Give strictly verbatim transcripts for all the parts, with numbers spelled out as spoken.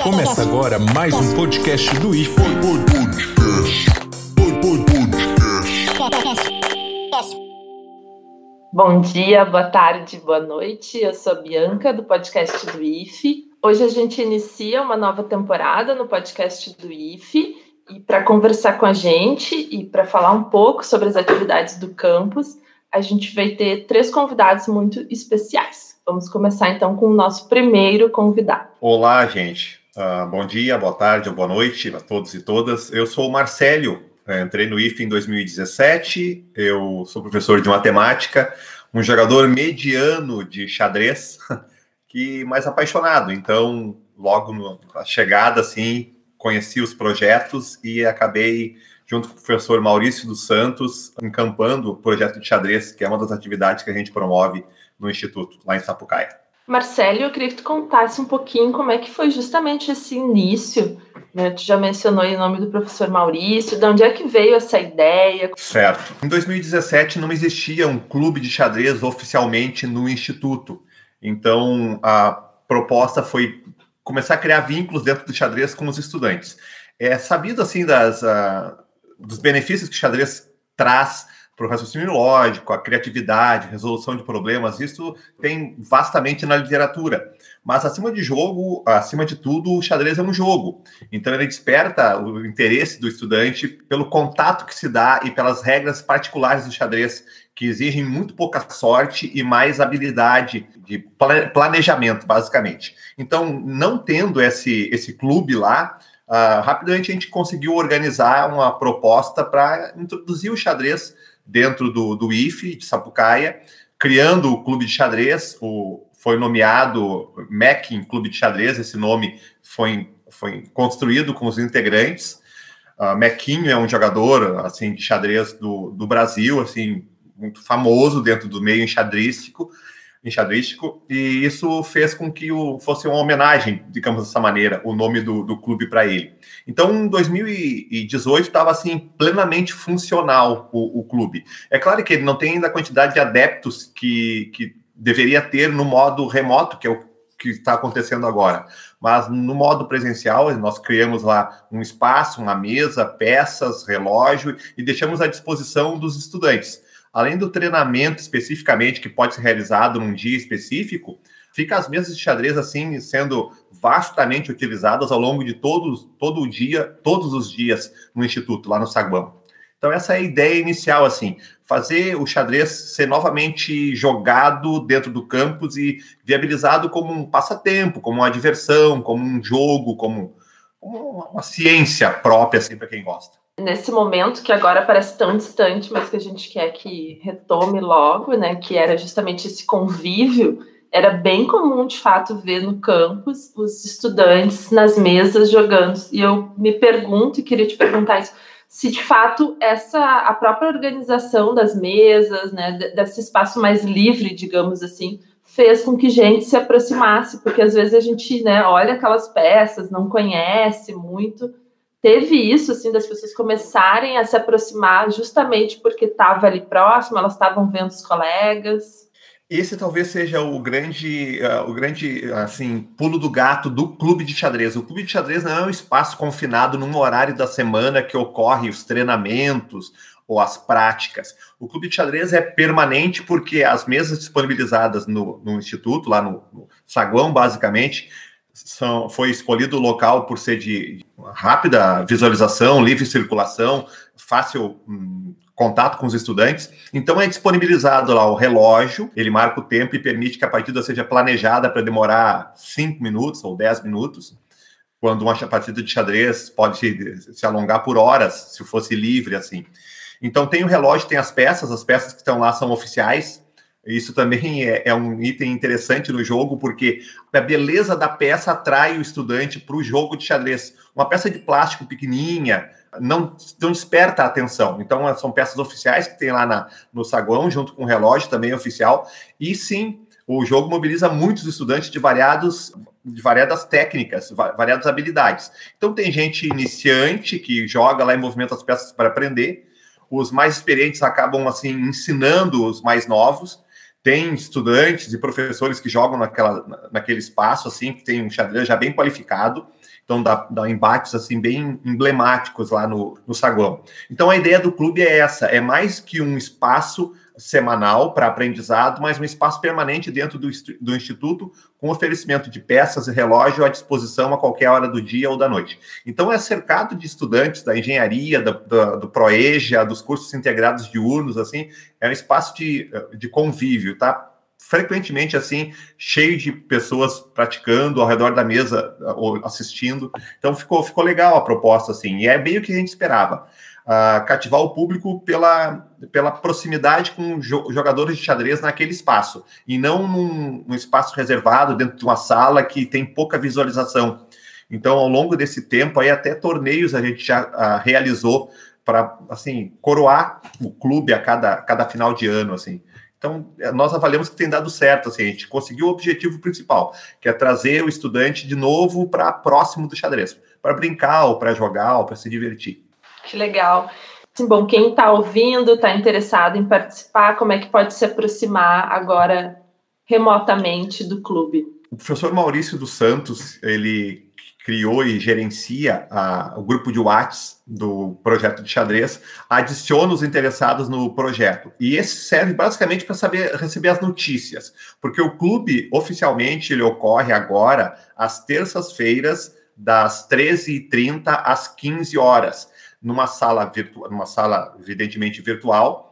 Começa agora mais um podcast do I F. Bom dia, boa tarde, boa noite. Eu sou a Bianca, do podcast do I F. Hoje a gente inicia uma nova temporada no podcast do I F. E para conversar com a gente e para falar um pouco sobre as atividades do campus, a gente vai ter três convidados muito especiais. Vamos começar então com o nosso primeiro convidado. Olá, gente. Uh, bom dia, boa tarde ou boa noite a todos e todas. Eu sou o Marcélio, eu entrei no I F em dois mil e dezessete, eu sou professor de matemática, um jogador mediano de xadrez, que mais apaixonado. Então, logo na chegada, assim, conheci os projetos e acabei, junto com o professor Maurício dos Santos, encampando o projeto de xadrez, que é uma das atividades que a gente promove no Instituto, lá em Sapucaia. Marcélio, eu queria que tu contasse um pouquinho como é que foi justamente esse início, né? Tu já mencionou aí o nome do professor Maurício, de onde é que veio essa ideia? Certo. Em dois mil e dezessete não existia um clube de xadrez oficialmente no Instituto. Então, a proposta foi começar a criar vínculos dentro do xadrez com os estudantes. É sabido, assim, das, uh, dos benefícios que o xadrez traz para o raciocínio lógico, a criatividade, resolução de problemas, isso tem vastamente na literatura. Mas, acima de jogo, acima de tudo, o xadrez é um jogo. Então, ele desperta o interesse do estudante pelo contato que se dá e pelas regras particulares do xadrez, que exigem muito pouca sorte e mais habilidade de planejamento, basicamente. Então, não tendo esse, esse clube lá, uh, rapidamente a gente conseguiu organizar uma proposta para introduzir o xadrez dentro do, do I F de Sapucaia, criando o clube de xadrez. O, foi nomeado Mackin Clube de Xadrez, esse nome foi, foi construído com os integrantes. Uh, Mackin é um jogador assim, de xadrez do, do Brasil, assim, muito famoso dentro do meio enxadrístico, enxadrístico, e isso fez com que o, fosse uma homenagem, digamos dessa maneira, o nome do, do clube para ele. Então, em dois mil e dezoito, estava assim, plenamente funcional o, o clube. É claro que ele não tem ainda a quantidade de adeptos que, que deveria ter no modo remoto, que é o que está acontecendo agora. Mas no modo presencial, nós criamos lá um espaço, uma mesa, peças, relógio, e deixamos à disposição dos estudantes. Além do treinamento especificamente, que pode ser realizado num dia específico, fica as mesas de xadrez assim sendo vastamente utilizadas ao longo de todos, todo o dia, todos os dias no Instituto, lá no Saguão. Então essa é a ideia inicial, assim, fazer o xadrez ser novamente jogado dentro do campus e viabilizado como um passatempo, como uma diversão, como um jogo, como, como uma ciência própria, assim, para quem gosta. Nesse momento que agora parece tão distante, mas que a gente quer que retome logo, né, que era justamente esse convívio, era bem comum, de fato, ver no campus os estudantes nas mesas jogando. E eu me pergunto, e queria te perguntar isso, se de fato essa, a própria organização das mesas, né, desse espaço mais livre, digamos assim, fez com que gente se aproximasse, porque às vezes a gente, né, olha aquelas peças, não conhece muito. Teve isso, assim, das pessoas começarem a se aproximar justamente porque estava ali próximo, elas estavam vendo os colegas. Esse talvez seja o grande, uh, o grande assim, pulo do gato do clube de xadrez. O clube de xadrez não é um espaço confinado num horário da semana que ocorre os treinamentos ou as práticas. O clube de xadrez é permanente porque as mesas disponibilizadas no, no Instituto, lá no, no Saguão, basicamente, São, foi escolhido o local por ser de rápida visualização, livre circulação, fácil hum, contato com os estudantes. Então é disponibilizado lá o relógio, ele marca o tempo e permite que a partida seja planejada para demorar cinco minutos ou dez minutos, quando uma partida de xadrez pode se, se alongar por horas, se fosse livre, assim. Então tem o relógio, tem as peças, as peças que estão lá são oficiais. Isso também é, é um item interessante no jogo, porque a beleza da peça atrai o estudante para o jogo de xadrez. Uma peça de plástico pequenininha não, não desperta a atenção. Então, são peças oficiais que tem lá na, no saguão, junto com o relógio também oficial. E sim, o jogo mobiliza muitos estudantes de, variados, de variadas técnicas, variadas habilidades. Então, tem gente iniciante que joga lá em movimento as peças para aprender. Os mais experientes acabam assim ensinando os mais novos. Tem estudantes e professores que jogam naquela, naquele espaço, assim, que tem um xadrez já bem qualificado, então dá, dá embates, assim, bem emblemáticos lá no, no saguão. Então, a ideia do clube é essa, é mais que um espaço semanal para aprendizado, mas um espaço permanente dentro do, do Instituto, com oferecimento de peças e relógio à disposição a qualquer hora do dia ou da noite. Então, é cercado de estudantes da engenharia, da, da, do ProEja, dos cursos integrados diurnos, assim, é um espaço de, de convívio, tá? Frequentemente, assim, cheio de pessoas praticando ao redor da mesa ou assistindo. Então, ficou, ficou legal a proposta, assim, e é bem o que a gente esperava. Uh, cativar o público pela, pela proximidade com jo jogadores de xadrez naquele espaço, e não num, num espaço reservado dentro de uma sala que tem pouca visualização. Então, ao longo desse tempo, aí até torneios a gente já uh, realizou para, assim, coroar o clube a cada, cada final de ano, assim. Então, nós avaliamos que tem dado certo, assim, a gente conseguiu o objetivo principal, que é trazer o estudante de novo para próximo do xadrez, para brincar, ou para jogar, ou para se divertir. Que legal. Assim, bom, quem está ouvindo, está interessado em participar, como é que pode se aproximar agora remotamente do clube? O professor Maurício dos Santos, ele criou e gerencia a, o grupo de WhatsApp do projeto de xadrez, adiciona os interessados no projeto. E esse serve basicamente para saber receber as notícias, porque o clube, oficialmente, ele ocorre agora às terças-feiras, das treze e trinta às quinze horas, numa sala virtual, numa sala evidentemente virtual,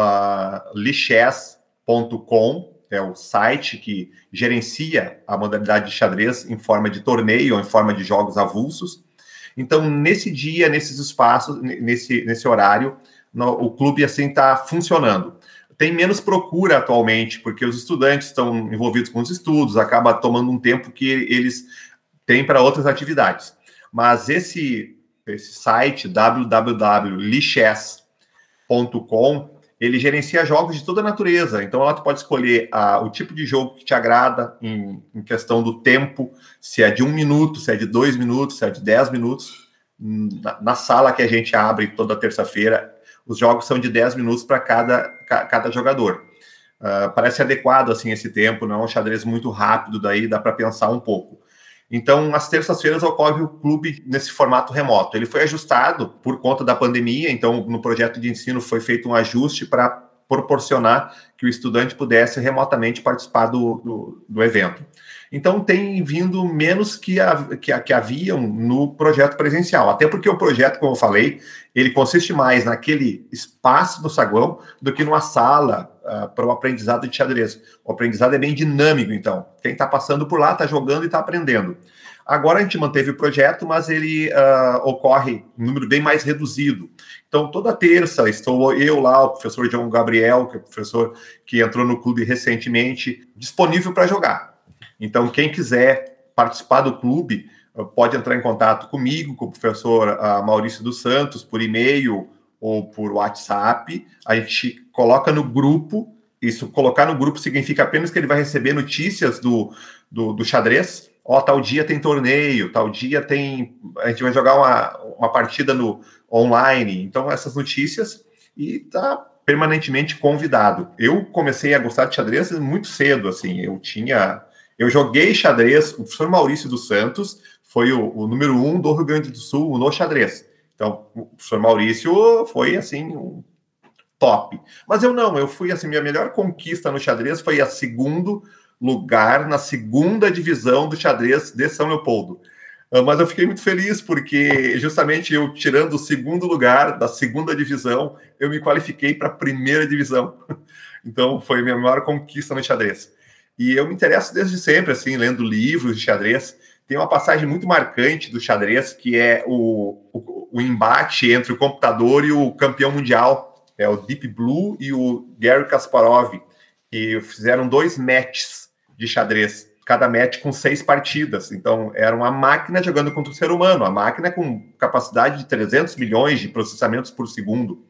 uh, lichess ponto com é o site que gerencia a modalidade de xadrez em forma de torneio ou em forma de jogos avulsos. Então, nesse dia, nesses espaços, nesse, nesse horário, no, o clube assim está funcionando. Tem menos procura atualmente, porque os estudantes estão envolvidos com os estudos, acaba tomando um tempo que eles têm para outras atividades. Mas esse esse site, w w w ponto lichess ponto com, ele gerencia jogos de toda a natureza. Então, lá tu pode escolher ah, o tipo de jogo que te agrada em, em questão do tempo, se é de um minuto, se é de dois minutos, se é de dez minutos. Na, na sala que a gente abre toda terça-feira, os jogos são de dez minutos para cada, ca, cada jogador. Uh, parece adequado, assim, esse tempo, não é um xadrez muito rápido, daí dá para pensar um pouco. Então, às terças-feiras ocorre o clube nesse formato remoto. Ele foi ajustado por conta da pandemia, então no projeto de ensino foi feito um ajuste para proporcionar que o estudante pudesse remotamente participar do, do, do evento. Então, tem vindo menos que, a, que, a, que haviam no projeto presencial, até porque o projeto, como eu falei, ele consiste mais naquele espaço do saguão do que numa sala uh, para o aprendizado de xadrez. O aprendizado é bem dinâmico, então. Quem está passando por lá está jogando e está aprendendo. Agora a gente manteve o projeto, mas ele uh, ocorre em número bem mais reduzido. Então, toda terça, estou eu lá, o professor João Gabriel, que é o professor que entrou no clube recentemente, disponível para jogar. Então, quem quiser participar do clube, pode entrar em contato comigo, com o professor uh, Maurício dos Santos, por e-mail ou por WhatsApp. A gente coloca no grupo. Isso, colocar no grupo significa apenas que ele vai receber notícias do, do, do xadrez. Ó, oh, tal dia tem torneio, tal dia tem... A gente vai jogar uma, uma partida no online. Então, essas notícias, e está permanentemente convidado. Eu comecei a gostar de xadrez muito cedo, assim. Eu tinha... Eu joguei xadrez, o professor Maurício dos Santos foi o, o número um do Rio Grande do Sul no xadrez. Então, o professor Maurício foi, assim, um top. Mas eu não, eu fui, assim, minha melhor conquista no xadrez foi a segundo lugar na segunda divisão do xadrez de São Leopoldo. Mas eu fiquei muito feliz porque, justamente, eu tirando o segundo lugar da segunda divisão, eu me qualifiquei para a primeira divisão. Então, foi a minha maior conquista no xadrez. E eu me interesso desde sempre, assim, lendo livros de xadrez. Tem uma passagem muito marcante do xadrez, que é o, o, o embate entre o computador e o campeão mundial, é o Deep Blue e o Garry Kasparov, que fizeram dois matches de xadrez, cada match com seis partidas. Então, era uma máquina jogando contra o ser humano, a máquina com capacidade de trezentos milhões de processamentos por segundo.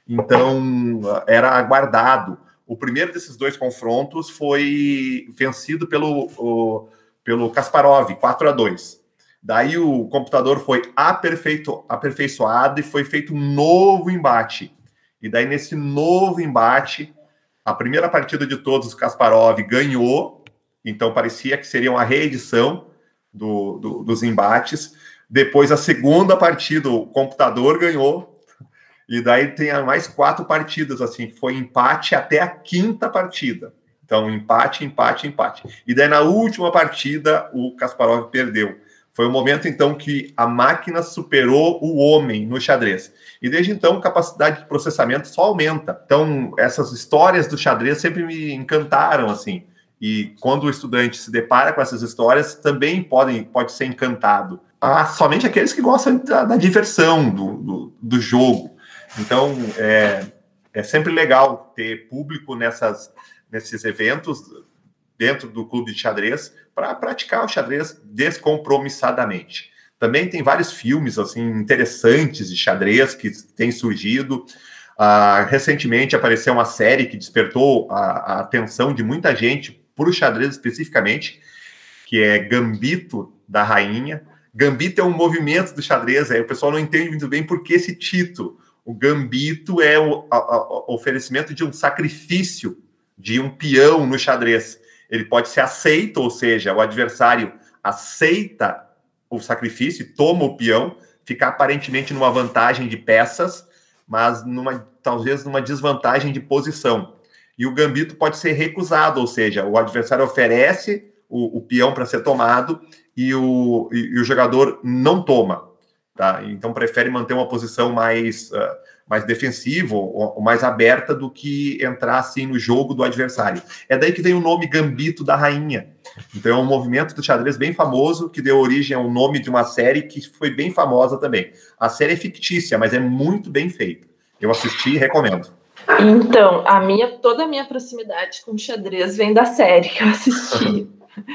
Então, era aguardado. O primeiro desses dois confrontos foi vencido pelo, o, pelo Kasparov, quatro a dois. Daí o computador foi aperfeito, aperfeiçoado e foi feito um novo embate. E daí, nesse novo embate, A primeira partida de todos, o Kasparov ganhou, então parecia que seria uma reedição do, do, dos embates. Depois, a segunda partida, o computador ganhou, e daí tem mais quatro partidas, assim, foi empate até a quinta partida. Então, empate, empate, empate. E daí, na última partida, o Kasparov perdeu. Foi o momento, então, que a máquina superou o homem no xadrez. E desde então, a capacidade de processamento só aumenta. Então, essas histórias do xadrez sempre me encantaram, assim. E quando o estudante se depara com essas histórias, também podem, pode ser encantado. Ah, somente aqueles que gostam da, da diversão, do, do, do jogo. Então, é, é sempre legal ter público nessas, nesses eventos, dentro do clube de xadrez, para praticar o xadrez descompromissadamente. Também tem vários filmes assim interessantes de xadrez que têm surgido. Uh, recentemente apareceu uma série que despertou a, a atenção de muita gente para o xadrez especificamente, que é Gambito da Rainha. Gambito é um movimento do xadrez, aí o pessoal não entende muito bem por que esse título. O gambito é o a, a, o oferecimento de um sacrifício de um peão no xadrez. Ele pode ser aceito, ou seja, o adversário aceita o sacrifício, toma o peão, fica aparentemente numa vantagem de peças, mas numa, talvez numa desvantagem de posição. E o gambito pode ser recusado, ou seja, o adversário oferece o, o peão para ser tomado e o, e, e o jogador não toma. Tá? Então prefere manter uma posição mais, uh, mais defensiva ou, ou mais aberta do que entrar assim no jogo do adversário. É daí que vem o nome Gambito da Rainha. Então é um movimento do xadrez bem famoso que deu origem ao nome de uma série que foi bem famosa também. A série é fictícia, mas é muito bem feita. Eu assisti e recomendo. Então, a minha, toda a minha proximidade com o xadrez vem da série que eu assisti.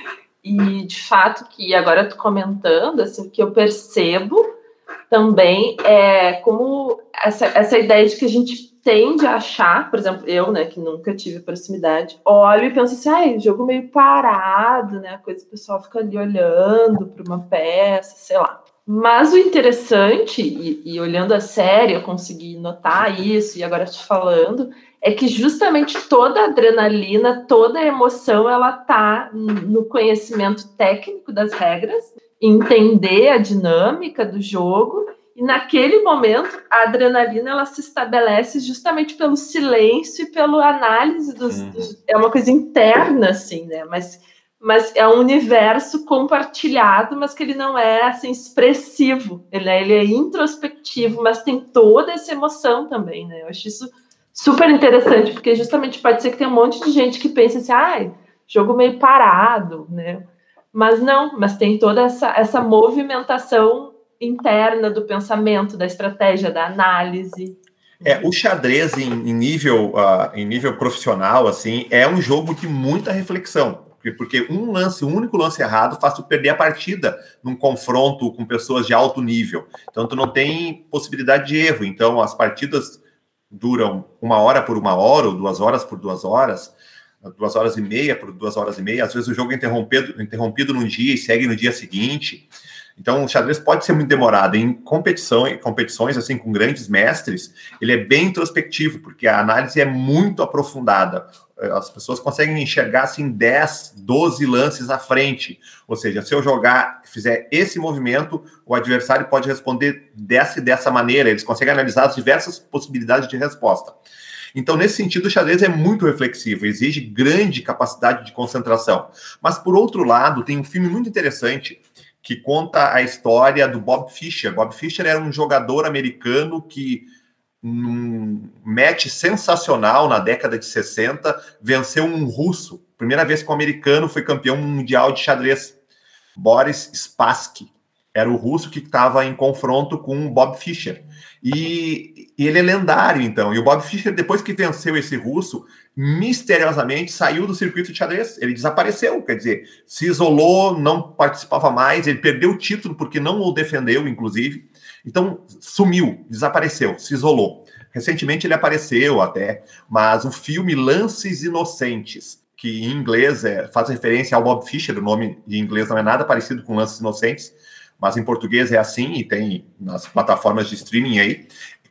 E de fato que agora eu tô comentando, assim, o que eu percebo também é como essa, essa ideia de que a gente tende a achar, por exemplo, eu, né, que nunca tive proximidade, olho e penso assim, ai, jogo meio parado, né, a coisa, o pessoal fica ali olhando para uma peça, sei lá. Mas o interessante, e, e olhando a série, eu consegui notar isso, e agora te falando, é que justamente toda a adrenalina, toda a emoção, ela tá no conhecimento técnico das regras, entender a dinâmica do jogo, e naquele momento a adrenalina ela se estabelece justamente pelo silêncio e pela análise dos, uhum. dos, é uma coisa interna assim, né, mas, mas é um universo compartilhado, mas que ele não é assim expressivo, ele é, ele é introspectivo, mas tem toda essa emoção também, né, eu acho isso super interessante, porque justamente pode ser que tem um monte de gente que pensa assim, ah, jogo meio parado, né, mas não, mas tem toda essa, essa movimentação interna do pensamento, da estratégia, da análise. É, o xadrez em, em, nível, uh, em nível profissional, assim, é um jogo de muita reflexão, porque um lance, um único lance errado faz tu perder a partida num confronto com pessoas de alto nível. Então, tu não tem possibilidade de erro. Então, as partidas duram uma hora por uma hora, ou duas horas por duas horas, duas horas e meia por duas horas e meia, às vezes o jogo é interrompido, interrompido num dia e segue no dia seguinte. Então, o xadrez pode ser muito demorado. Em competição, em competições assim, com grandes mestres, ele é bem introspectivo, porque a análise é muito aprofundada. As pessoas conseguem enxergar assim, dez, doze lances à frente. Ou seja, se eu jogar, fizer esse movimento, o adversário pode responder dessa e dessa maneira. Eles conseguem analisar as diversas possibilidades de resposta. Então, nesse sentido, o xadrez é muito reflexivo, exige grande capacidade de concentração. Mas, por outro lado, tem um filme muito interessante que conta a história do Bob Fischer. Bob Fischer era um jogador americano que, num match sensacional na década de sessenta, venceu um russo. Primeira vez que um americano foi campeão mundial de xadrez. Boris Spassky era o russo que estava em confronto com o Bob Fischer. E, e ele é lendário, então. E o Bob Fischer, depois que venceu esse russo, misteriosamente saiu do circuito de xadrez. Ele desapareceu, quer dizer, se isolou, não participava mais, ele perdeu o título porque não o defendeu, inclusive. Então, sumiu, desapareceu, se isolou. Recentemente ele apareceu até, mas o filme Lances Inocentes, que em inglês é, faz referência ao Bob Fischer, o nome em inglês não é nada parecido com Lances Inocentes, mas em português é assim, e tem nas plataformas de streaming aí,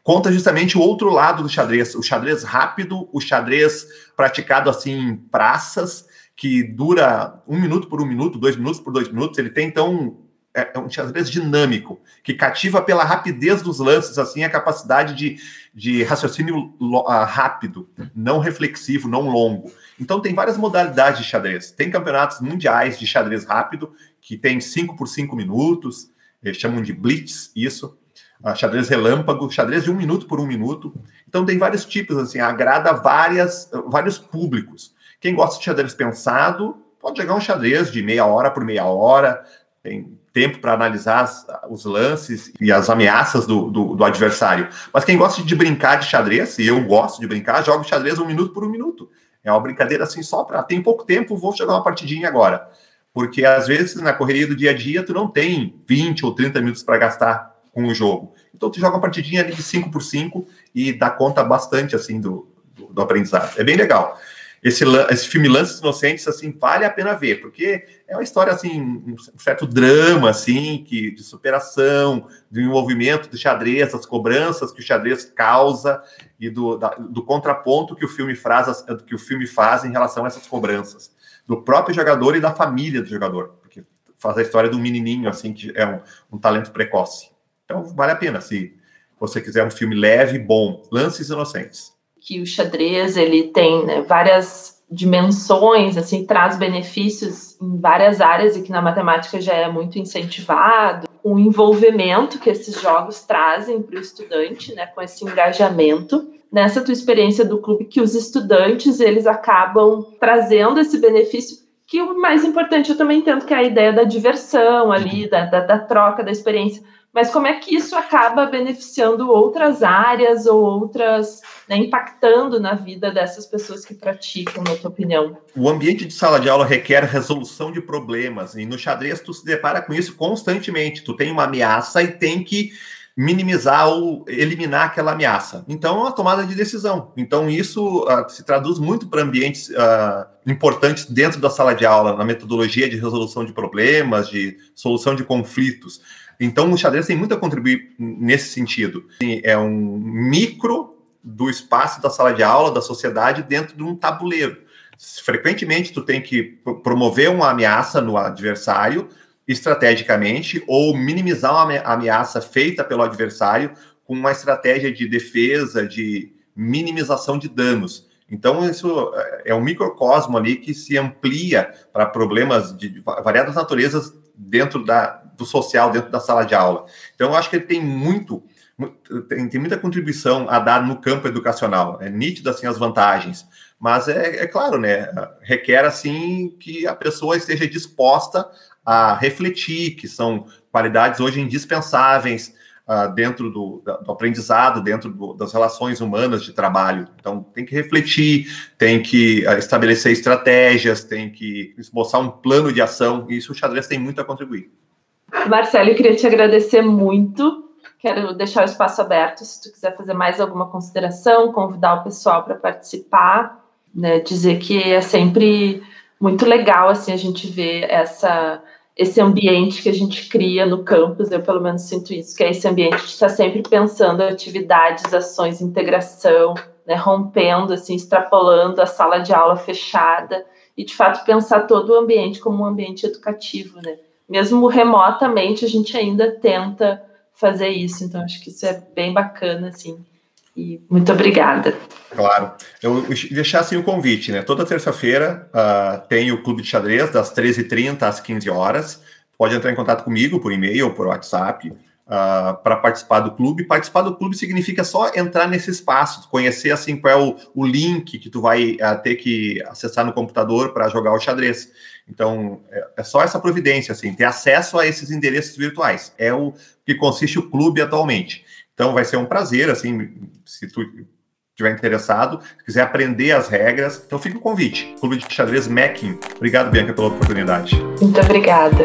conta justamente o outro lado do xadrez, o xadrez rápido, o xadrez praticado assim em praças, que dura um minuto por um minuto, dois minutos por dois minutos. Ele tem, então, é um xadrez dinâmico, que cativa pela rapidez dos lances, assim, a capacidade de, de raciocínio rápido, não reflexivo, não longo. Então, tem várias modalidades de xadrez. Tem campeonatos mundiais de xadrez rápido, que tem cinco por cinco minutos, eles chamam de blitz, isso. Uh, xadrez relâmpago, xadrez de um minuto por um minuto. Então, tem vários tipos, assim, agrada várias, vários públicos. Quem gosta de xadrez pensado, pode jogar um xadrez de meia hora por meia hora, tem tempo para analisar as, os lances e as ameaças do, do, do adversário. Mas quem gosta de brincar de xadrez, e eu gosto de brincar, joga o xadrez um minuto por um minuto. É uma brincadeira assim só para... Tem pouco tempo, vou jogar uma partidinha agora. Porque, às vezes, na correria do dia a dia, tu não tem vinte ou trinta minutos para gastar com o jogo. Então, tu joga uma partidinha ali de cinco por cinco e dá conta bastante, assim, do, do, do aprendizado. É bem legal. Esse, esse filme Lances Inocentes, assim, vale a pena ver, porque é uma história, assim, um certo drama, assim, que, de superação, do envolvimento do xadrez, das cobranças que o xadrez causa e do, da, do contraponto que o filme faz, que o filme faz em relação a essas cobranças, do próprio jogador e da família do jogador, porque faz a história do menininho, assim, que é um, um talento precoce. Então, vale a pena, se você quiser um filme leve, bom, Lances Inocentes. Que o xadrez, ele tem, né, várias dimensões, assim, traz benefícios em várias áreas e que na matemática já é muito incentivado. O envolvimento que esses jogos trazem para o estudante, né, com esse engajamento. Nessa tua experiência do clube, que os estudantes, eles acabam trazendo esse benefício, que o mais importante, eu também entendo que é a ideia da diversão ali, da, da, da troca, da experiência. Mas como é que isso acaba beneficiando outras áreas ou outras, né, impactando na vida dessas pessoas que praticam, na tua opinião? O ambiente de sala de aula requer resolução de problemas, e no xadrez tu se depara com isso constantemente. Tu tem uma ameaça e tem que minimizar ou eliminar aquela ameaça. Então, é uma tomada de decisão. Então, isso uh, se traduz muito para ambientes uh, importantes dentro da sala de aula, na metodologia de resolução de problemas, de solução de conflitos. Então, o xadrez tem muito a contribuir nesse sentido. É um micro do espaço da sala de aula, da sociedade, dentro de um tabuleiro. Frequentemente, tu tem que promover uma ameaça no adversário, estrategicamente, ou minimizar uma ameaça feita pelo adversário com uma estratégia de defesa, de minimização de danos. Então, isso é um microcosmo ali que se amplia para problemas de variadas naturezas dentro da, do social, dentro da sala de aula. Então, eu acho que ele tem muito, tem, tem muita contribuição a dar no campo educacional. É nítido, assim, as vantagens. Mas, é, é claro, né, requer, assim, que a pessoa esteja disposta a refletir, que são qualidades hoje indispensáveis uh, dentro do, do aprendizado, dentro do, das relações humanas de trabalho. Então, tem que refletir, tem que uh, estabelecer estratégias, tem que esboçar um plano de ação, e isso o xadrez tem muito a contribuir. Marcelo, eu queria te agradecer muito. Quero deixar o espaço aberto, se tu quiser fazer mais alguma consideração, convidar o pessoal para participar, né, dizer que é sempre muito legal, assim, a gente ver essa... esse ambiente que a gente cria no campus, eu pelo menos sinto isso, que é esse ambiente de estar sempre pensando em atividades, ações, integração, né, rompendo, assim, extrapolando a sala de aula fechada e, de fato, pensar todo o ambiente como um ambiente educativo, né? Mesmo remotamente, a gente ainda tenta fazer isso, então acho que isso é bem bacana, assim, e muito obrigada. Claro. Eu deixar assim o convite, né? Toda terça-feira uh, tem o Clube de Xadrez, das treze e trinta às quinze horas. Pode entrar em contato comigo por e-mail ou por WhatsApp uh, para participar do clube. Participar do clube significa só entrar nesse espaço, conhecer assim qual é o, o link que tu vai uh, ter que acessar no computador para jogar o xadrez. Então, é, é só essa providência, assim, ter acesso a esses endereços virtuais. É o que consiste o clube atualmente. Então, vai ser um prazer, assim, se tu estiver interessado, quiser aprender as regras, então fica o convite. Clube de Xadrez Mackin. Obrigado, Bianca, pela oportunidade. Muito obrigada.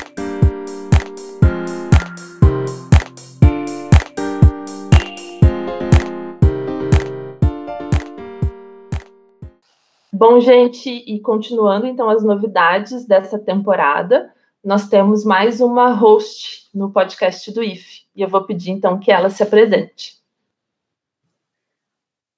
Bom, gente, e continuando, então, as novidades dessa temporada, nós temos mais uma host no podcast do I F E, e eu vou pedir, então, que ela se apresente.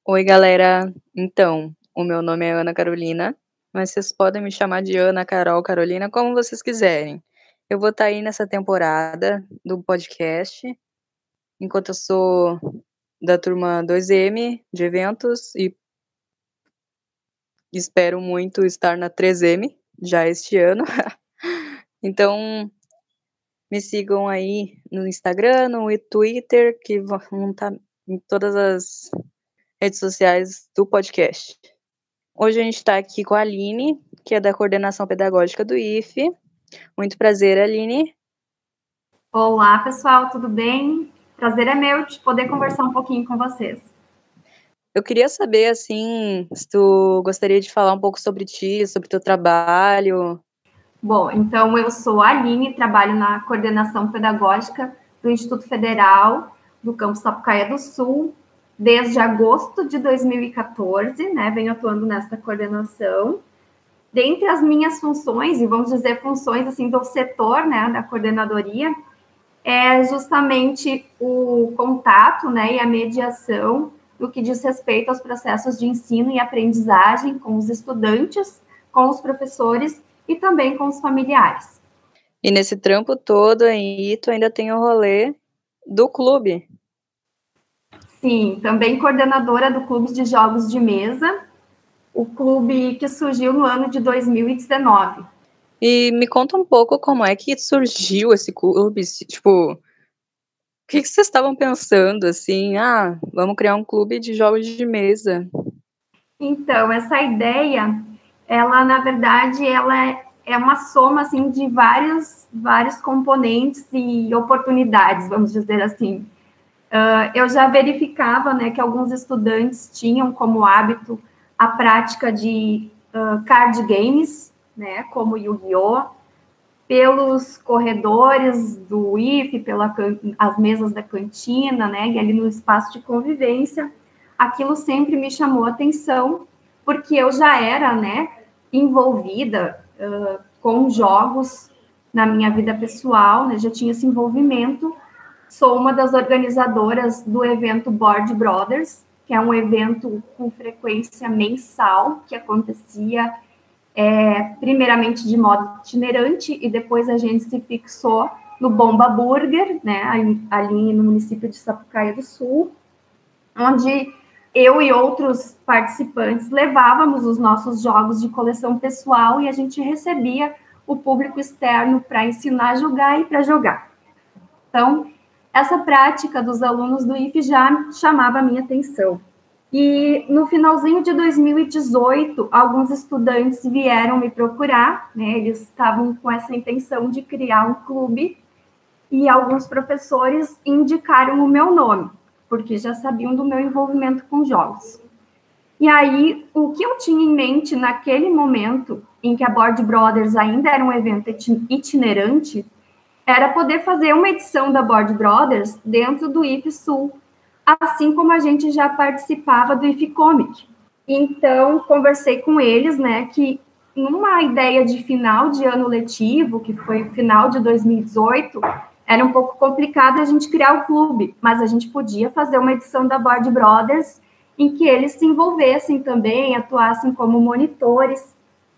Oi, galera. Então, o meu nome é Ana Carolina, mas vocês podem me chamar de Ana, Carol, Carolina, como vocês quiserem. Eu vou estar aí nessa temporada do podcast, enquanto eu sou da turma dois M de eventos e espero muito estar na três M já este ano. Então, me sigam aí no Instagram, no Twitter, que vão estar em todas as redes sociais do podcast. Hoje a gente está aqui com a Aline, que é da Coordenação Pedagógica do I F E. Muito prazer, Aline. Olá, pessoal, tudo bem? Prazer é meu de poder conversar um pouquinho com vocês. Eu queria saber, assim, se tu gostaria de falar um pouco sobre ti, sobre teu trabalho. Bom, então eu sou a Aline, trabalho na Coordenação Pedagógica do Instituto Federal do Campus Sapucaia do Sul, desde agosto de dois mil e quatorze, né, venho atuando nesta coordenação. Dentre as minhas funções, e vamos dizer funções assim do setor, né, da coordenadoria, é justamente o contato, né, e a mediação no que diz respeito aos processos de ensino e aprendizagem com os estudantes, com os professores e também com os familiares. E nesse trampo todo aí, tu ainda tem o rolê do clube. Sim, também coordenadora do Clube de Jogos de Mesa, o clube que surgiu no ano de dois mil e dezenove. E me conta um pouco como é que surgiu esse clube, tipo, o que, que vocês estavam pensando, assim, ah, vamos criar um clube de jogos de mesa. Então, essa ideia, ela, na verdade, ela é uma soma, assim, de vários, vários componentes e oportunidades, vamos dizer assim. Uh, eu já verificava, né, que alguns estudantes tinham como hábito a prática de uh, card games, né, como Yu-Gi-Oh!, pelos corredores do I F E, pelas mesas da cantina, né, e ali no espaço de convivência. Aquilo sempre me chamou a atenção, porque eu já era, né, envolvida uh, com jogos na minha vida pessoal, né, já tinha esse envolvimento. Sou uma das organizadoras do evento Board Brothers, que é um evento com frequência mensal, que acontecia é, primeiramente de modo itinerante, e depois a gente se fixou no Bomba Burger, né, ali no município de Sapucaia do Sul, onde eu e outros participantes levávamos os nossos jogos de coleção pessoal e a gente recebia o público externo para ensinar a jogar e para jogar. Então, essa prática dos alunos do I F E já chamava a minha atenção. E no finalzinho de dois mil e dezoito, alguns estudantes vieram me procurar, né? Eles estavam com essa intenção de criar um clube e alguns professores indicaram o meu nome, porque já sabiam do meu envolvimento com jogos. E aí, o que eu tinha em mente naquele momento, em que a Board Brothers ainda era um evento itinerante, era poder fazer uma edição da Board Brothers dentro do I F E Sul, assim como a gente já participava do I F E Comic. Então, conversei com eles, né, que numa ideia de final de ano letivo, que foi o final de dois mil e dezoito, era um pouco complicado a gente criar o clube, mas a gente podia fazer uma edição da Board Brothers em que eles se envolvessem também, atuassem como monitores.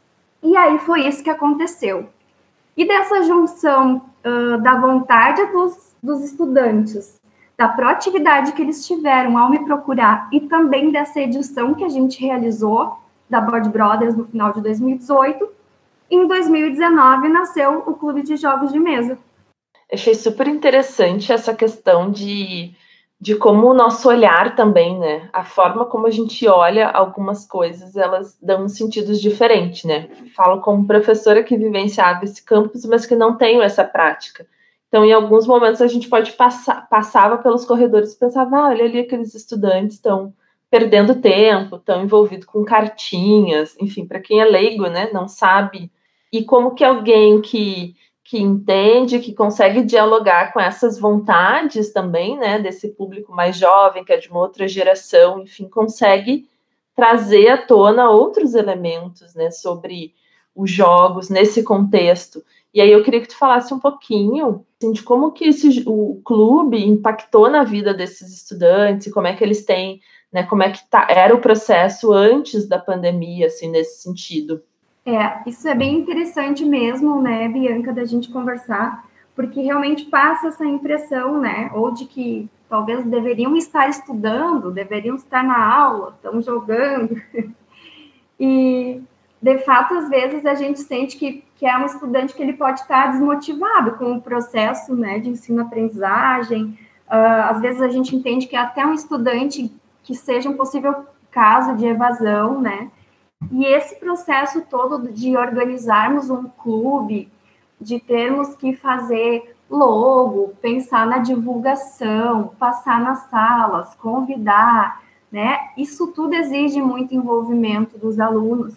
E aí foi isso que aconteceu. E dessa junção uh, da vontade dos, dos estudantes, da proatividade que eles tiveram ao me procurar e também dessa edição que a gente realizou da Board Brothers no final de dois mil e dezoito, em dois mil e dezenove nasceu o Clube de Jogos de Mesa. Achei super interessante essa questão de, de como o nosso olhar também, né? A forma como a gente olha algumas coisas, elas dão sentidos diferentes, né? Falo como professora que vivenciava esse campus, mas que não tenho essa prática. Então, em alguns momentos, a gente pode passar, passava pelos corredores e pensava, ah, olha ali, aqueles estudantes estão perdendo tempo, estão envolvidos com cartinhas, enfim, para quem é leigo, né, não sabe. E como que alguém que, que entende, que consegue dialogar com essas vontades também, né, desse público mais jovem, que é de uma outra geração, enfim, consegue trazer à tona outros elementos, né, sobre os jogos nesse contexto. E aí eu queria que tu falasse um pouquinho assim, de como que esse, o clube impactou na vida desses estudantes, e como é que eles têm né? Como é que tá, era o processo antes da pandemia, assim, nesse sentido? É, isso é bem interessante mesmo, né, Bianca, da gente conversar, porque realmente passa essa impressão, né, ou de que talvez deveriam estar estudando, deveriam estar na aula, estão jogando, e, de fato, às vezes a gente sente que, que é um estudante que ele pode estar desmotivado com o processo, né, de ensino-aprendizagem. Uh, às vezes a gente entende que é até um estudante que seja um possível caso de evasão, né, e esse processo todo de organizarmos um clube, de termos que fazer logo, pensar na divulgação, passar nas salas, convidar, né? Isso tudo exige muito envolvimento dos alunos.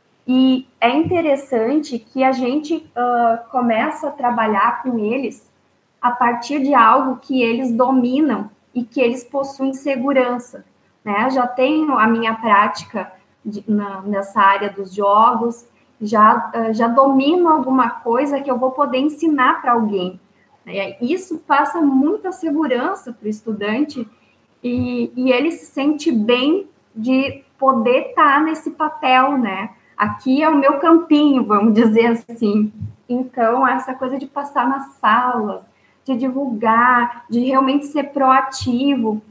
E é interessante que a gente uh, começa a trabalhar com eles a partir de algo que eles dominam e que eles possuem segurança, né? Já tenho a minha prática de, na, nessa área dos jogos, já, uh, já domino alguma coisa que eu vou poder ensinar para alguém. Né? Isso passa muita segurança para o estudante e, e ele se sente bem de poder estar nesse papel, né? Aqui é o meu campinho, vamos dizer assim. Então, essa coisa de passar nas salas, de divulgar, de realmente ser proativo,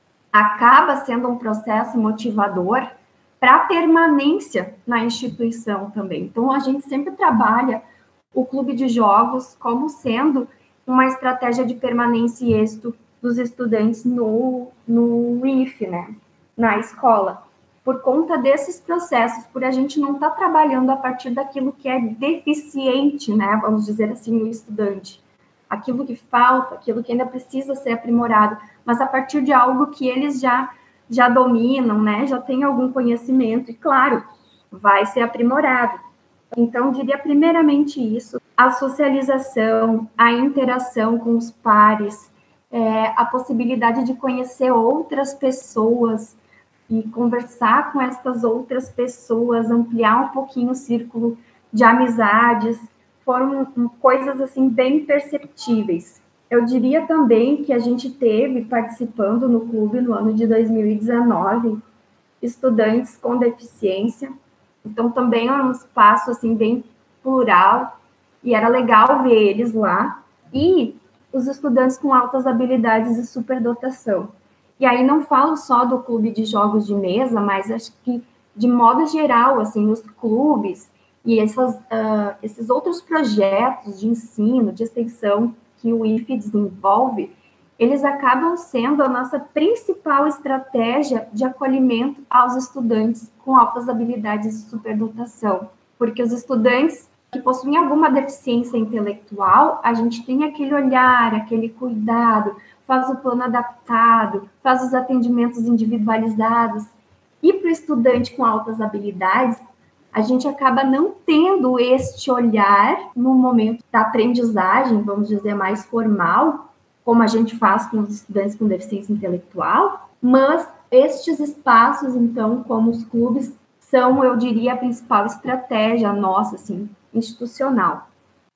acaba sendo um processo motivador para a permanência na instituição também. Então, a gente sempre trabalha o clube de jogos como sendo uma estratégia de permanência e êxito dos estudantes no, no I F, né, na escola. Por conta desses processos, por a gente não estar tá trabalhando a partir daquilo que é deficiente, né, vamos dizer assim, no estudante. Aquilo que falta, aquilo que ainda precisa ser aprimorado, mas a partir de algo que eles já, já dominam, né, já têm algum conhecimento, e claro, vai ser aprimorado. Então, diria primeiramente isso, a socialização, a interação com os pares, é, a possibilidade de conhecer outras pessoas e conversar com essas outras pessoas, ampliar um pouquinho o círculo de amizades, foram coisas assim bem perceptíveis. Eu diria também que a gente teve participando no clube no ano de dois mil e dezenove estudantes com deficiência, então também era um espaço assim bem plural e era legal ver eles lá, e os estudantes com altas habilidades e superdotação. E aí não falo só do clube de jogos de mesa, mas acho que de modo geral, assim, os clubes e essas, uh, esses outros projetos de ensino, de extensão que o I F desenvolve, eles acabam sendo a nossa principal estratégia de acolhimento aos estudantes com altas habilidades e superdotação. Porque os estudantes que possuem alguma deficiência intelectual, a gente tem aquele olhar, aquele cuidado, faz o plano adaptado, faz os atendimentos individualizados. E para o estudante com altas habilidades, a gente acaba não tendo este olhar no momento da aprendizagem, vamos dizer, mais formal, como a gente faz com os estudantes com deficiência intelectual, mas estes espaços, então, como os clubes, são, eu diria, a principal estratégia nossa, assim, institucional.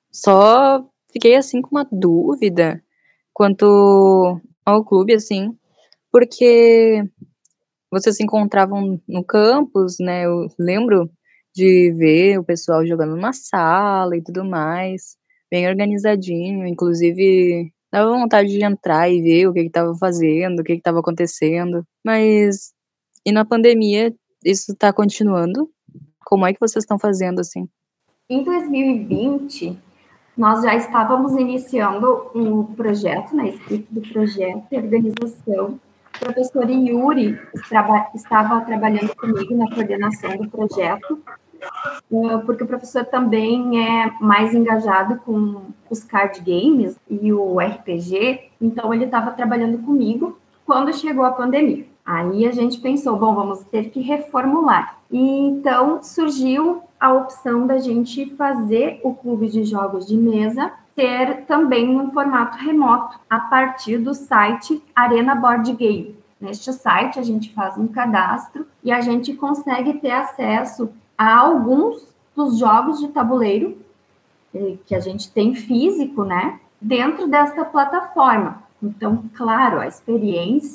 Só fiquei, assim, com uma dúvida quanto ao clube, assim, porque vocês se encontravam no campus, né, eu lembro de ver o pessoal jogando numa sala e tudo mais, bem organizadinho, inclusive dava vontade de entrar e ver o que estava fazendo, o que estava acontecendo, mas e na pandemia isso está continuando? Como é que vocês estão fazendo, assim? Em dois mil e vinte, nós já estávamos iniciando um projeto, na equipe do projeto de organização. O professor Yuri estava, estava trabalhando comigo na coordenação do projeto, porque o professor também é mais engajado com os card games e o R P G, então ele estava trabalhando comigo quando chegou a pandemia. Aí a gente pensou, bom, vamos ter que reformular. E então surgiu a opção da gente fazer o clube de jogos de mesa ter também um formato remoto, a partir do site Arena Board Game. Neste site a gente faz um cadastro e a gente consegue ter acesso a alguns dos jogos de tabuleiro que a gente tem físico, né, dentro desta plataforma. Então, claro, a experiência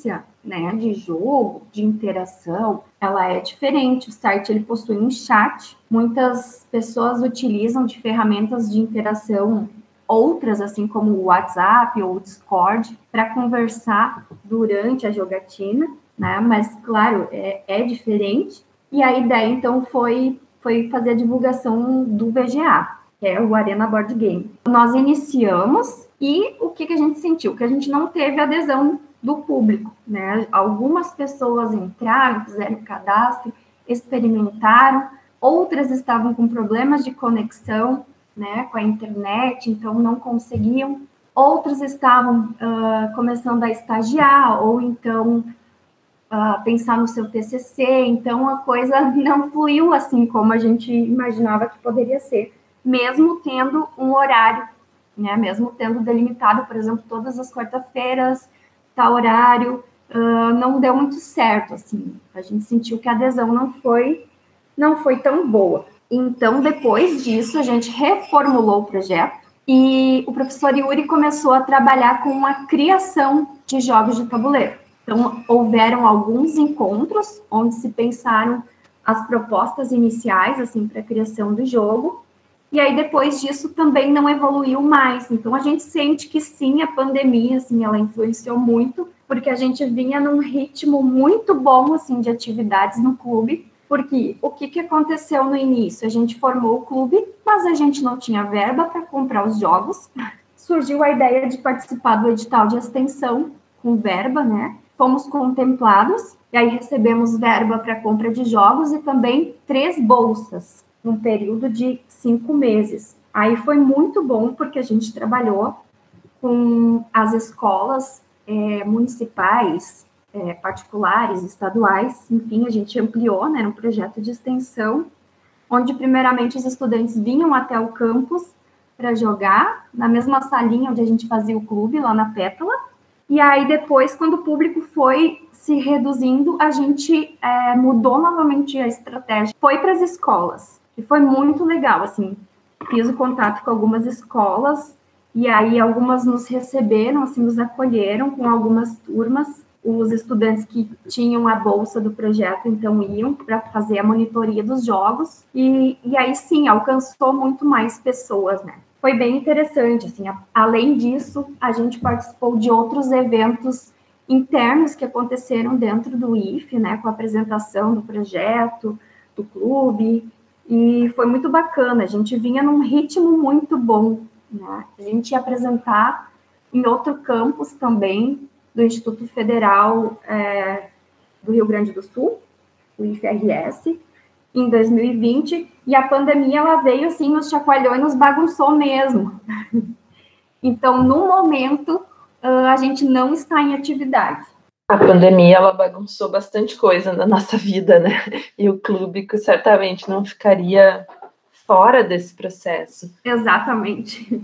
né, de jogo, de interação, ela é diferente. O site ele possui um chat. Muitas pessoas utilizam de ferramentas de interação outras, assim como o WhatsApp ou o Discord, para conversar durante a jogatina, né? Mas, claro, é, é diferente. E a ideia, então, foi, foi fazer a divulgação do V G A, que é o Arena Board Game. Nós iniciamos e o que, que a gente sentiu? Que a gente não teve adesão do público, né? Algumas pessoas entraram, fizeram cadastro, experimentaram, outras estavam com problemas de conexão, né, com a internet, então não conseguiam. Outros estavam uh, começando a estagiar, ou então uh, pensar no seu T C C, então a coisa não fluiu assim como a gente imaginava que poderia ser, mesmo tendo um horário, né, mesmo tendo delimitado, por exemplo, todas as quarta-feiras, tal horário, uh, não deu muito certo, assim, a gente sentiu que a adesão não foi, não foi tão boa. Então, depois disso, a gente reformulou o projeto e o professor Yuri começou a trabalhar com a criação de jogos de tabuleiro. Então, houveram alguns encontros onde se pensaram as propostas iniciais, assim, para a criação do jogo, e aí, depois disso, também não evoluiu mais. Então, a gente sente que, sim, a pandemia, assim, ela influenciou muito, porque a gente vinha num ritmo muito bom, assim, de atividades no clube. Porque o que, que aconteceu no início? A gente formou o clube, mas a gente não tinha verba para comprar os jogos. Surgiu a ideia de participar do edital de extensão com verba, né? Fomos contemplados, e aí recebemos verba para compra de jogos e também três bolsas, num período de cinco meses. Aí foi muito bom, porque a gente trabalhou com as escolas é, municipais, É, particulares, estaduais, enfim, a gente ampliou, né, um projeto de extensão, onde primeiramente os estudantes vinham até o campus para jogar, na mesma salinha onde a gente fazia o clube, lá na Pétala, e aí depois, quando o público foi se reduzindo, a gente é, mudou novamente a estratégia, foi para as escolas, e foi muito legal, assim, fiz o contato com algumas escolas, e aí algumas nos receberam, assim, nos acolheram com algumas turmas. Os estudantes que tinham a bolsa do projeto, então, iam para fazer a monitoria dos jogos, e, e aí, sim, alcançou muito mais pessoas, né? Foi bem interessante, assim, a, além disso, a gente participou de outros eventos internos que aconteceram dentro do I F E, né, com a apresentação do projeto, do clube, e foi muito bacana, a gente vinha num ritmo muito bom, né? A gente ia apresentar em outro campus também, do Instituto Federal é, do Rio Grande do Sul, o I F R S, em dois mil e vinte, e a pandemia, ela veio, assim, nos chacoalhou e nos bagunçou mesmo. Então, no momento, a gente não está em atividade. A pandemia, ela bagunçou bastante coisa na nossa vida, né? E o clube, que certamente não ficaria fora desse processo. Exatamente.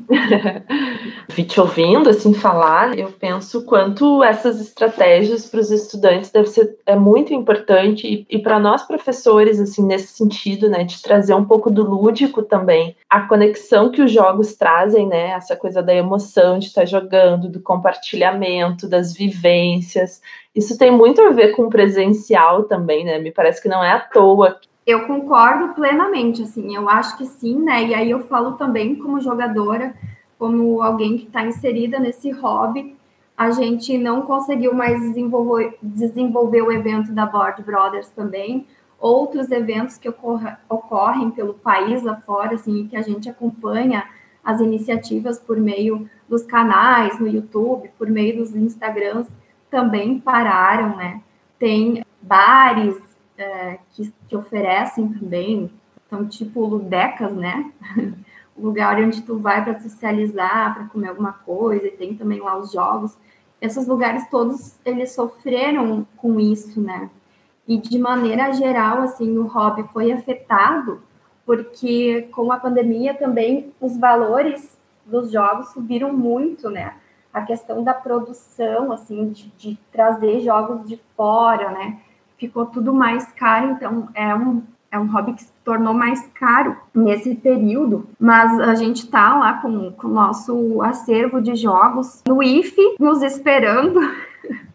Vi te ouvindo, assim, falar, eu penso quanto essas estratégias para os estudantes deve ser é muito importante, e, e para nós professores, assim, nesse sentido, né, de trazer um pouco do lúdico também, a conexão que os jogos trazem, né, essa coisa da emoção de estar jogando, do compartilhamento, das vivências, isso tem muito a ver com o presencial também, né, me parece que não é à toa. Eu concordo plenamente, assim, eu acho que sim, né, e aí eu falo também como jogadora, como alguém que está inserida nesse hobby, a gente não conseguiu mais desenvolver, desenvolver o evento da Board Brothers também, outros eventos que ocorra, ocorrem pelo país afora, assim, que a gente acompanha as iniciativas por meio dos canais no YouTube, por meio dos Instagrams, também pararam, né, tem bares, É, que, que oferecem também, são tipo ludecas, né? O lugar onde tu vai para socializar, para comer alguma coisa, e tem também lá os jogos. Esses lugares todos, eles sofreram com isso, né? E de maneira geral, assim, o hobby foi afetado, porque com a pandemia também os valores dos jogos subiram muito, né? A questão da produção, assim, de, de trazer jogos de fora, né? Ficou tudo mais caro, então é um, é um hobby que se tornou mais caro nesse período, mas a gente tá lá com, com o nosso acervo de jogos no I F E, nos esperando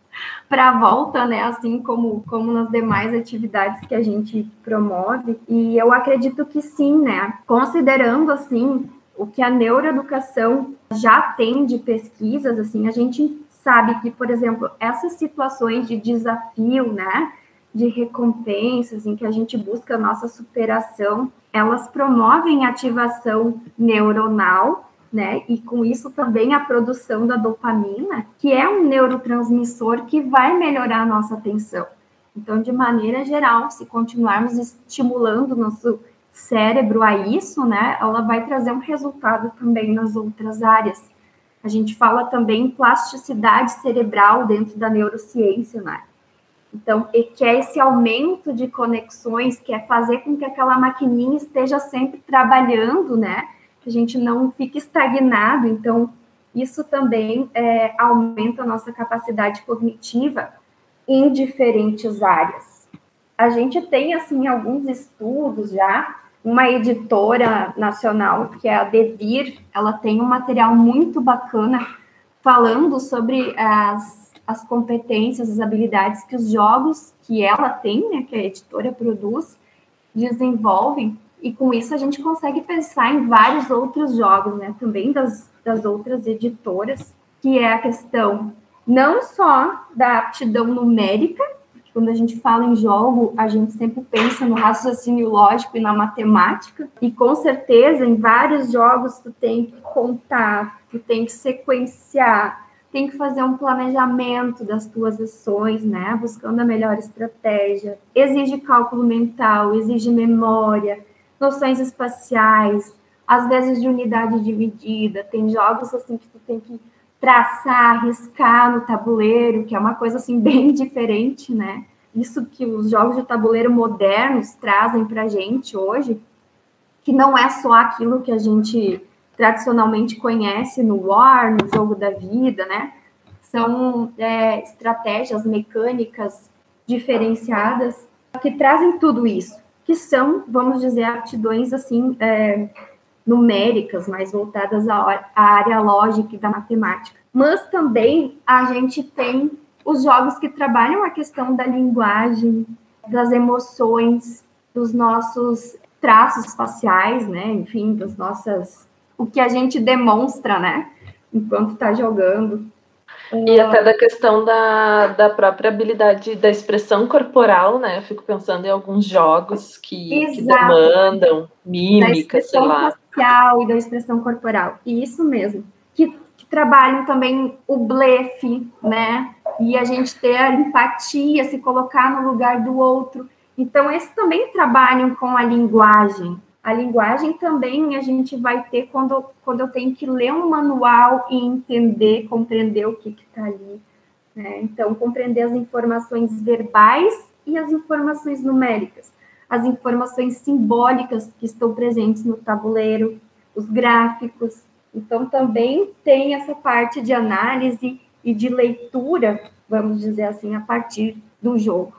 para a volta, né? Assim como, como nas demais atividades que a gente promove. E eu acredito que sim, né? Considerando, assim, o que a neuroeducação já tem de pesquisas, assim, a gente sabe que, por exemplo, essas situações de desafio, né? De recompensas, em que a gente busca a nossa superação, elas promovem ativação neuronal, né? E com isso também a produção da dopamina, que é um neurotransmissor que vai melhorar a nossa atenção. Então, de maneira geral, se continuarmos estimulando o nosso cérebro a isso, né? Ela vai trazer um resultado também nas outras áreas. A gente fala também em plasticidade cerebral dentro da neurociência, né? Então, que é esse aumento de conexões, que é fazer com que aquela maquininha esteja sempre trabalhando, né? Que a gente não fique estagnado. Então, isso também é, aumenta a nossa capacidade cognitiva em diferentes áreas. A gente tem, assim, alguns estudos já. Uma editora nacional, que é a Devir, ela tem um material muito bacana falando sobre as as competências, as habilidades que os jogos que ela tem, né, que a editora produz, desenvolvem, e com isso a gente consegue pensar em vários outros jogos, né, também das, das outras editoras, que é a questão não só da aptidão numérica, porque quando a gente fala em jogo, a gente sempre pensa no raciocínio lógico e na matemática, e com certeza em vários jogos tu tem que contar, tu tem que sequenciar, tem que fazer um planejamento das tuas ações, né? Buscando a melhor estratégia. Exige cálculo mental, exige memória, noções espaciais, às vezes de unidade dividida. Tem jogos assim que tu tem que traçar, riscar no tabuleiro, que é uma coisa assim bem diferente, né? Isso que os jogos de tabuleiro modernos trazem para a gente hoje, que não é só aquilo que a gente tradicionalmente conhece no War, no Jogo da Vida, né? São é, estratégias mecânicas diferenciadas que trazem tudo isso, que são, vamos dizer, aptidões assim é, numéricas, mais voltadas à, à área lógica e da matemática. Mas também a gente tem os jogos que trabalham a questão da linguagem, das emoções, dos nossos traços faciais, né? Enfim, das nossas o que a gente demonstra, né, enquanto está jogando. E até da questão da, da própria habilidade da expressão corporal, né, eu fico pensando em alguns jogos que, que demandam mímica, sei lá. Da expressão facial e da expressão corporal, e isso mesmo, que, que trabalham também o blefe, né, e a gente ter a empatia, se colocar no lugar do outro. Então, esses também trabalham com a linguagem. A linguagem também a gente vai ter quando, quando eu tenho que ler um manual e entender, compreender o que está ali. Né? Então, compreender as informações verbais e as informações numéricas, as informações simbólicas que estão presentes no tabuleiro, os gráficos. Então, também tem essa parte de análise e de leitura, vamos dizer assim, a partir do jogo.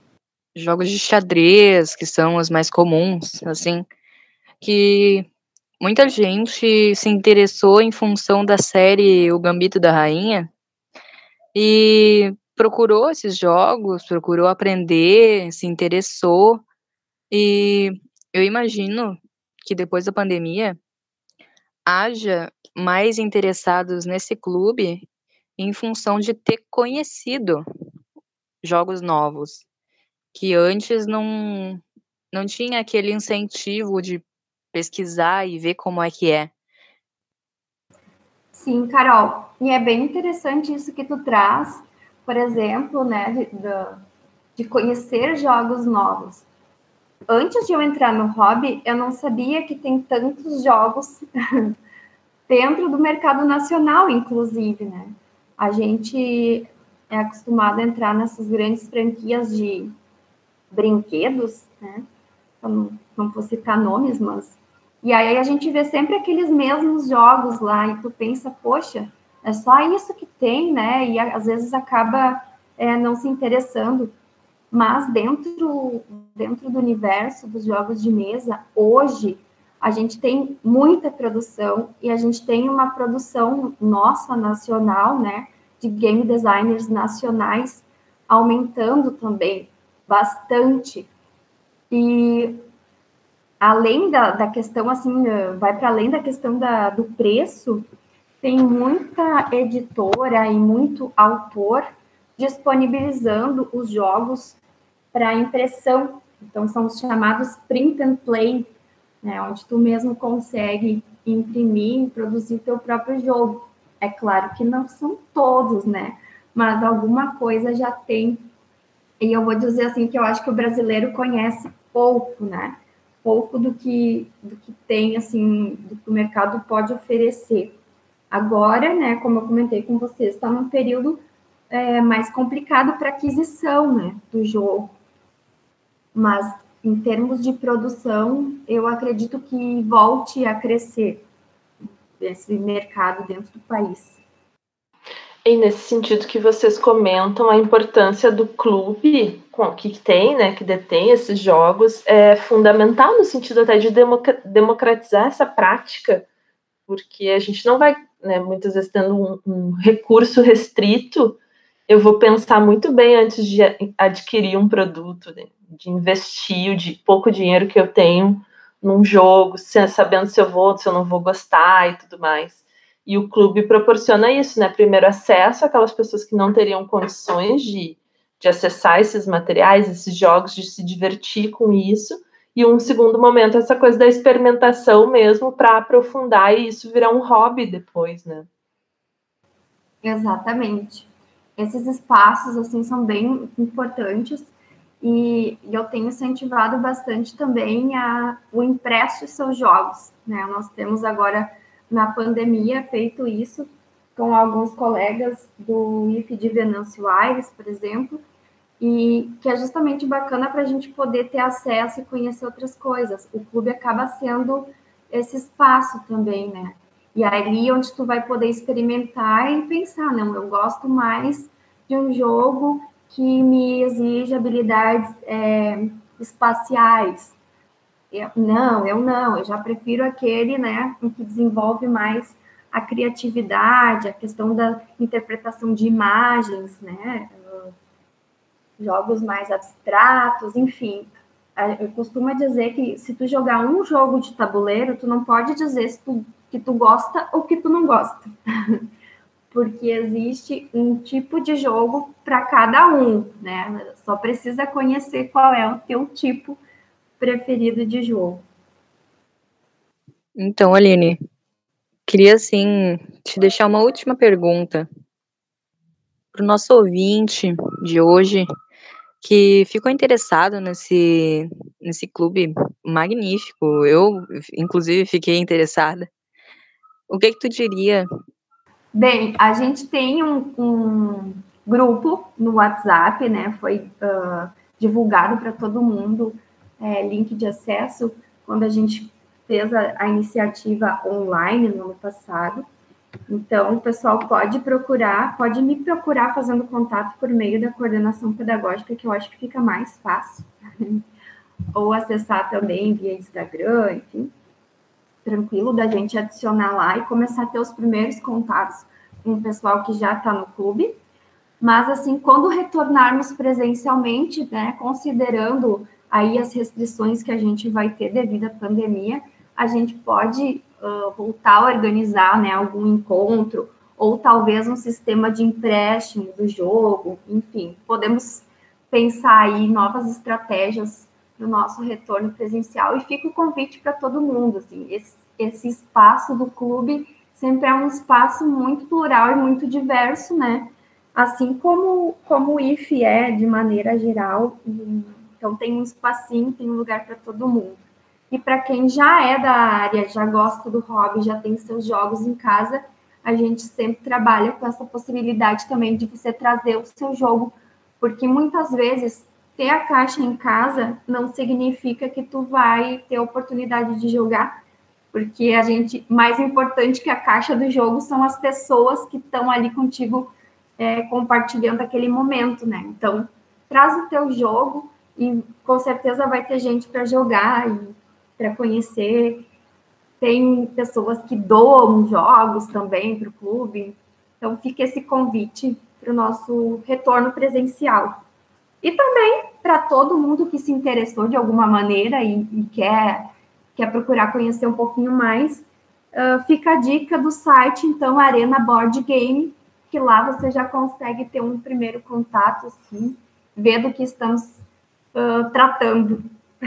Jogos de xadrez, que são os mais comuns, assim, que muita gente se interessou em função da série O Gambito da Rainha e procurou esses jogos, procurou aprender, se interessou, e eu imagino que depois da pandemia haja mais interessados nesse clube em função de ter conhecido jogos novos, que antes não, não tinha aquele incentivo de pesquisar e ver como é que é. Sim, Carol, e é bem interessante isso que tu traz, por exemplo, né, de, de, de conhecer jogos novos. Antes de eu entrar no hobby, eu não sabia que tem tantos jogos dentro do mercado nacional, inclusive, né? A gente é acostumado a entrar nessas grandes franquias de brinquedos, né? Eu não, não vou citar nomes, mas... E aí a gente vê sempre aqueles mesmos jogos lá, e tu pensa, poxa, é só isso que tem, né? E às vezes acaba é, não se interessando. Mas dentro, dentro do universo dos jogos de mesa, hoje, a gente tem muita produção, e a gente tem uma produção nossa, nacional, né? De game designers nacionais, aumentando também bastante. E além da, da questão, assim, vai para além da questão da, do preço, tem muita editora e muito autor disponibilizando os jogos para impressão. Então, são os chamados print and play, né, onde tu mesmo consegue imprimir e produzir teu próprio jogo. É claro que não são todos, né? Mas alguma coisa já tem. E eu vou dizer assim que eu acho que o brasileiro conhece pouco, né? Pouco do que, do que tem, assim, do que o mercado pode oferecer. Agora, né, como eu comentei com vocês, está num período é, mais complicado para aquisição, né, do jogo. Mas, em termos de produção, eu acredito que volte a crescer esse mercado dentro do país. E nesse sentido que vocês comentam, a importância do clube que tem, né, que detém esses jogos, é fundamental no sentido até de democratizar essa prática, porque a gente não vai, né, muitas vezes tendo um, um recurso restrito, eu vou pensar muito bem antes de adquirir um produto, né, de investir o de pouco dinheiro que eu tenho num jogo, sabendo se eu vou, se eu não vou gostar e tudo mais. E o clube proporciona isso, né? Primeiro, acesso àquelas pessoas que não teriam condições de, de acessar esses materiais, esses jogos, de se divertir com isso. E um segundo momento, essa coisa da experimentação mesmo, para aprofundar e isso virar um hobby depois, né? Exatamente. Esses espaços, assim, são bem importantes e, e eu tenho incentivado bastante também a, o empreste seus jogos, né? Nós temos agora, na pandemia, feito isso com alguns colegas do I F de Venâncio Aires, por exemplo, e que é justamente bacana para a gente poder ter acesso e conhecer outras coisas. O clube acaba sendo esse espaço também, né? E ali onde tu vai poder experimentar e pensar, não, eu gosto mais de um jogo que me exige habilidades é, espaciais. Eu, não, eu não, eu já prefiro aquele, né, em que desenvolve mais a criatividade, a questão da interpretação de imagens, né, jogos mais abstratos, enfim. Eu costumo dizer que se tu jogar um jogo de tabuleiro, tu não pode dizer se tu, que tu gosta ou que tu não gosta. Porque existe um tipo de jogo para cada um, né? Só precisa conhecer qual é o teu tipo preferido de jogo. Então, Aline, queria, assim, te deixar uma última pergunta para o nosso ouvinte de hoje, que ficou interessado nesse, nesse clube magnífico. Eu, inclusive, fiquei interessada. O que que tu diria? Bem, a gente tem um, um grupo no WhatsApp, né? Foi uh, divulgado para todo mundo, é, link de acesso, quando a gente fez a, a iniciativa online no ano passado. Então, o pessoal pode procurar, pode me procurar fazendo contato por meio da coordenação pedagógica, que eu acho que fica mais fácil. Ou acessar também via Instagram, enfim. Tranquilo da gente adicionar lá e começar a ter os primeiros contatos com o pessoal que já está no clube. Mas, assim, quando retornarmos presencialmente, né, considerando aí as restrições que a gente vai ter devido à pandemia, a gente pode uh, voltar a organizar, né, algum encontro, ou talvez um sistema de empréstimo do jogo, enfim, podemos pensar aí novas estratégias no nosso retorno presencial, e fica o convite para todo mundo, assim, esse, esse espaço do clube sempre é um espaço muito plural e muito diverso, né, assim como, como o I F é, de maneira geral, então tem um espacinho, tem um lugar para todo mundo. E para quem já é da área, já gosta do hobby, já tem seus jogos em casa, a gente sempre trabalha com essa possibilidade também de você trazer o seu jogo, porque muitas vezes ter a caixa em casa não significa que tu vai ter a oportunidade de jogar, porque a gente, mais importante que a caixa do jogo são as pessoas que estão ali contigo é, compartilhando aquele momento, né? Então, traz o teu jogo e com certeza vai ter gente para jogar e para conhecer. Tem pessoas que doam jogos também para o clube. Então, fica esse convite para para o nosso retorno presencial. E também para todo mundo que se interessou de alguma maneira e, e quer, quer procurar conhecer um pouquinho mais, uh, fica a dica do site, então, Arena Board Game, que lá você já consegue ter um primeiro contato, assim, ver do que estamos uh, tratando.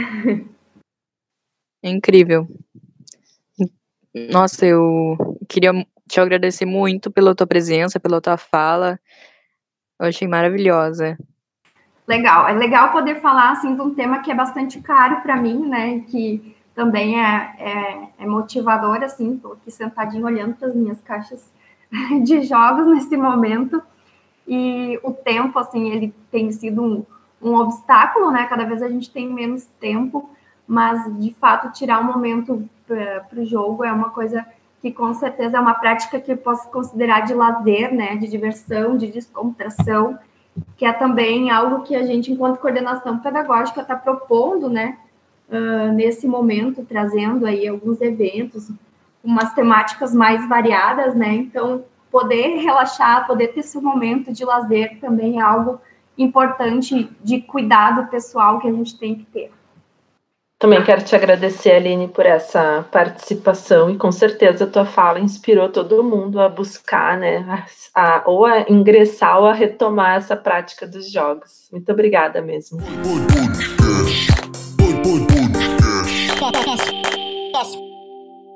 É incrível. Nossa, eu queria te agradecer muito pela tua presença, pela tua fala. Eu achei maravilhosa. Legal, é legal poder falar assim de um tema que é bastante caro para mim, né? Que também é, é, é motivador, assim, estou aqui sentadinho olhando para as minhas caixas de jogos nesse momento. E o tempo, assim, ele tem sido um, um obstáculo, né? Cada vez a gente tem menos tempo, mas de fato tirar um momento para o jogo é uma coisa que com certeza é uma prática que eu posso considerar de lazer, né? De diversão, de descontração, que é também algo que a gente, enquanto coordenação pedagógica, está propondo, né, uh, nesse momento, trazendo aí alguns eventos, umas temáticas mais variadas, né, então poder relaxar, poder ter seu momento de lazer também é algo importante de cuidado pessoal que a gente tem que ter. Também quero te agradecer, Aline, por essa participação e com certeza a tua fala inspirou todo mundo a buscar, né, a, a, ou a ingressar ou a retomar essa prática dos jogos. Muito obrigada mesmo. Podcast.